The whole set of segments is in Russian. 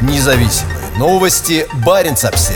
Независимые новости. Баренц-Обсервер.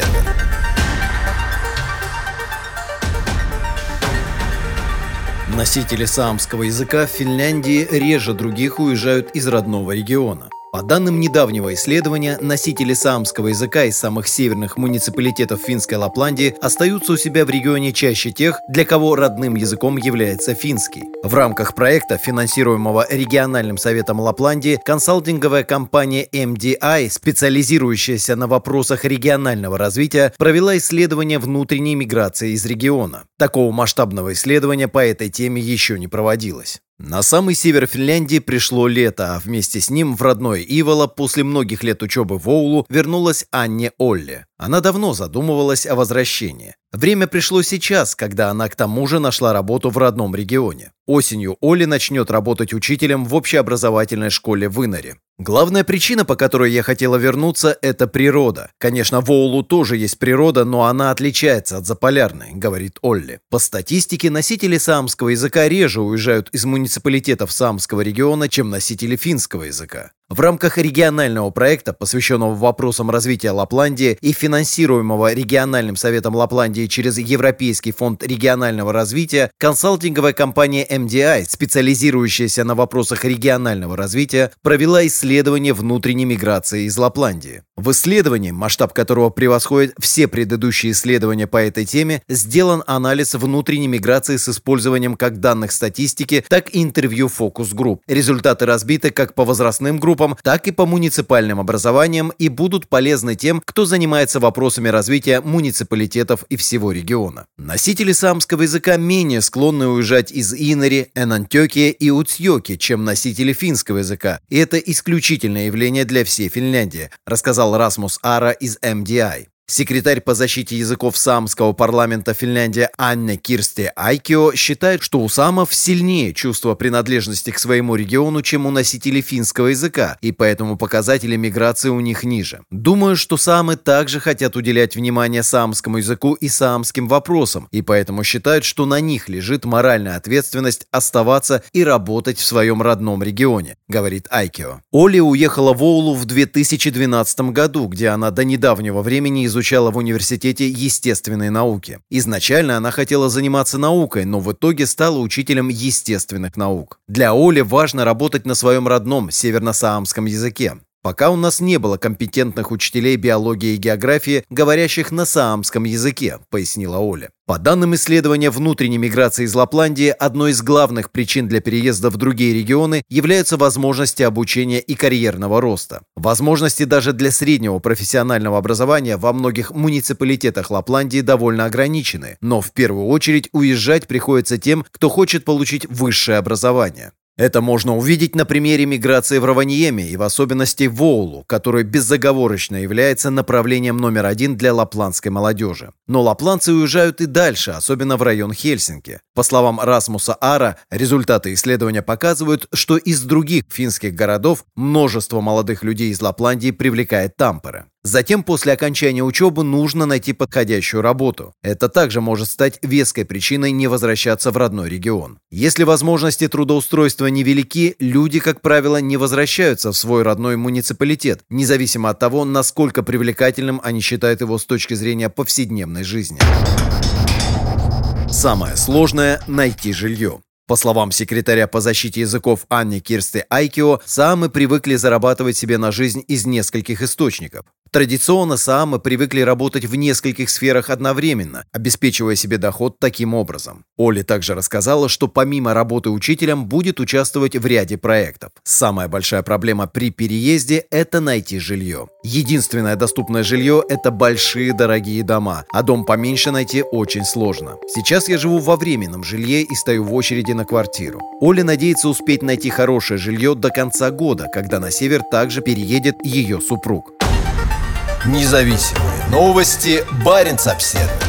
Носители саамского языка в Финляндии реже других уезжают из родного региона. По данным недавнего исследования, носители саамского языка из самых северных муниципалитетов финской Лапландии остаются у себя в регионе чаще тех, для кого родным языком является финский. В рамках проекта, финансируемого региональным советом Лапландии, консалтинговая компания MDI, специализирующаяся на вопросах регионального развития, провела исследование внутренней миграции из региона. Такого масштабного исследования по этой теме еще не проводилось. На самый север Финляндии пришло лето, а вместе с ним в родное Ивало после многих лет учебы в Оулу вернулась Анне Олле. Она давно задумывалась о возвращении. Время пришло сейчас, когда она к тому же нашла работу в родном регионе. Осенью Олли начнет работать учителем в общеобразовательной школе в Инаре. Главная причина, по которой я хотела вернуться, это природа. Конечно, в Оулу тоже есть природа, но она отличается от заполярной, говорит Олли. По статистике, носители саамского языка реже уезжают из муниципалитетов саамского региона, чем носители финского языка. В рамках регионального проекта, посвященного вопросам развития Лапландии и финансируемого региональным советом Лапландии через Европейский фонд регионального развития, консалтинговая компания MDI, специализирующаяся на вопросах регионального развития, провела исследование внутренней миграции из Лапландии. В исследовании, масштаб которого превосходит все предыдущие исследования по этой теме, сделан анализ внутренней миграции с использованием как данных статистики, так и интервью фокус-групп. Результаты разбиты как по возрастным группам, так и по муниципальным образованиям и будут полезны тем, кто занимается вопросами развития муниципалитетов и всего региона. Носители саамского языка менее склонны уезжать из Инари, Энантёки и Уцьёки, чем носители финского языка, и это исключительное явление для всей Финляндии, рассказал Расмус Ара из MDI. Секретарь по защите языков саамского парламента Финляндии Анне Кирсти Айкио считает, что у саамов сильнее чувство принадлежности к своему региону, чем у носителей финского языка, и поэтому показатели миграции у них ниже. Думаю, что саамы также хотят уделять внимание саамскому языку и саамским вопросам, и поэтому считают, что на них лежит моральная ответственность оставаться и работать в своем родном регионе, говорит Айкио. Оли уехала в Оулу в 2012 году, где она до недавнего времени изучала в университете естественные науки. Изначально она хотела заниматься наукой, но в итоге стала учителем естественных наук. Для Оли важно работать на своем родном северно-саамском языке. Пока у нас не было компетентных учителей биологии и географии, говорящих на саамском языке, пояснила Оля. По данным исследования внутренней миграции из Лапландии, одной из главных причин для переезда в другие регионы являются возможности обучения и карьерного роста. Возможности даже для среднего профессионального образования во многих муниципалитетах Лапландии довольно ограничены, но в первую очередь уезжать приходится тем, кто хочет получить высшее образование. Это можно увидеть на примере миграции в Раваньеме и в особенности в Оулу, который безоговорочно является направлением номер один для лапландской молодежи. Но лапландцы уезжают и дальше, особенно в район Хельсинки. По словам Расмуса Ара, результаты исследования показывают, что из других финских городов множество молодых людей из Лапландии привлекает Тампере. Затем, после окончания учебы, нужно найти подходящую работу. Это также может стать веской причиной не возвращаться в родной регион. Если возможности трудоустройства невелики, люди, как правило, не возвращаются в свой родной муниципалитет, независимо от того, насколько привлекательным они считают его с точки зрения повседневной жизни. Самое сложное – найти жилье. По словам секретаря по защите языков Анни Кирсти Айкио, саамы привыкли зарабатывать себе на жизнь из нескольких источников. Традиционно саамы привыкли работать в нескольких сферах одновременно, обеспечивая себе доход таким образом. Оли также рассказала, что помимо работы учителем будет участвовать в ряде проектов. Самая большая проблема при переезде – это найти жилье. Единственное доступное жилье – это большие дорогие дома, а дом поменьше найти очень сложно. Сейчас я живу во временном жилье и стою в очереди на квартиру. Оля надеется успеть найти хорошее жилье до конца года, когда на север также переедет ее супруг. Независимые новости. Баренц-Обсервер.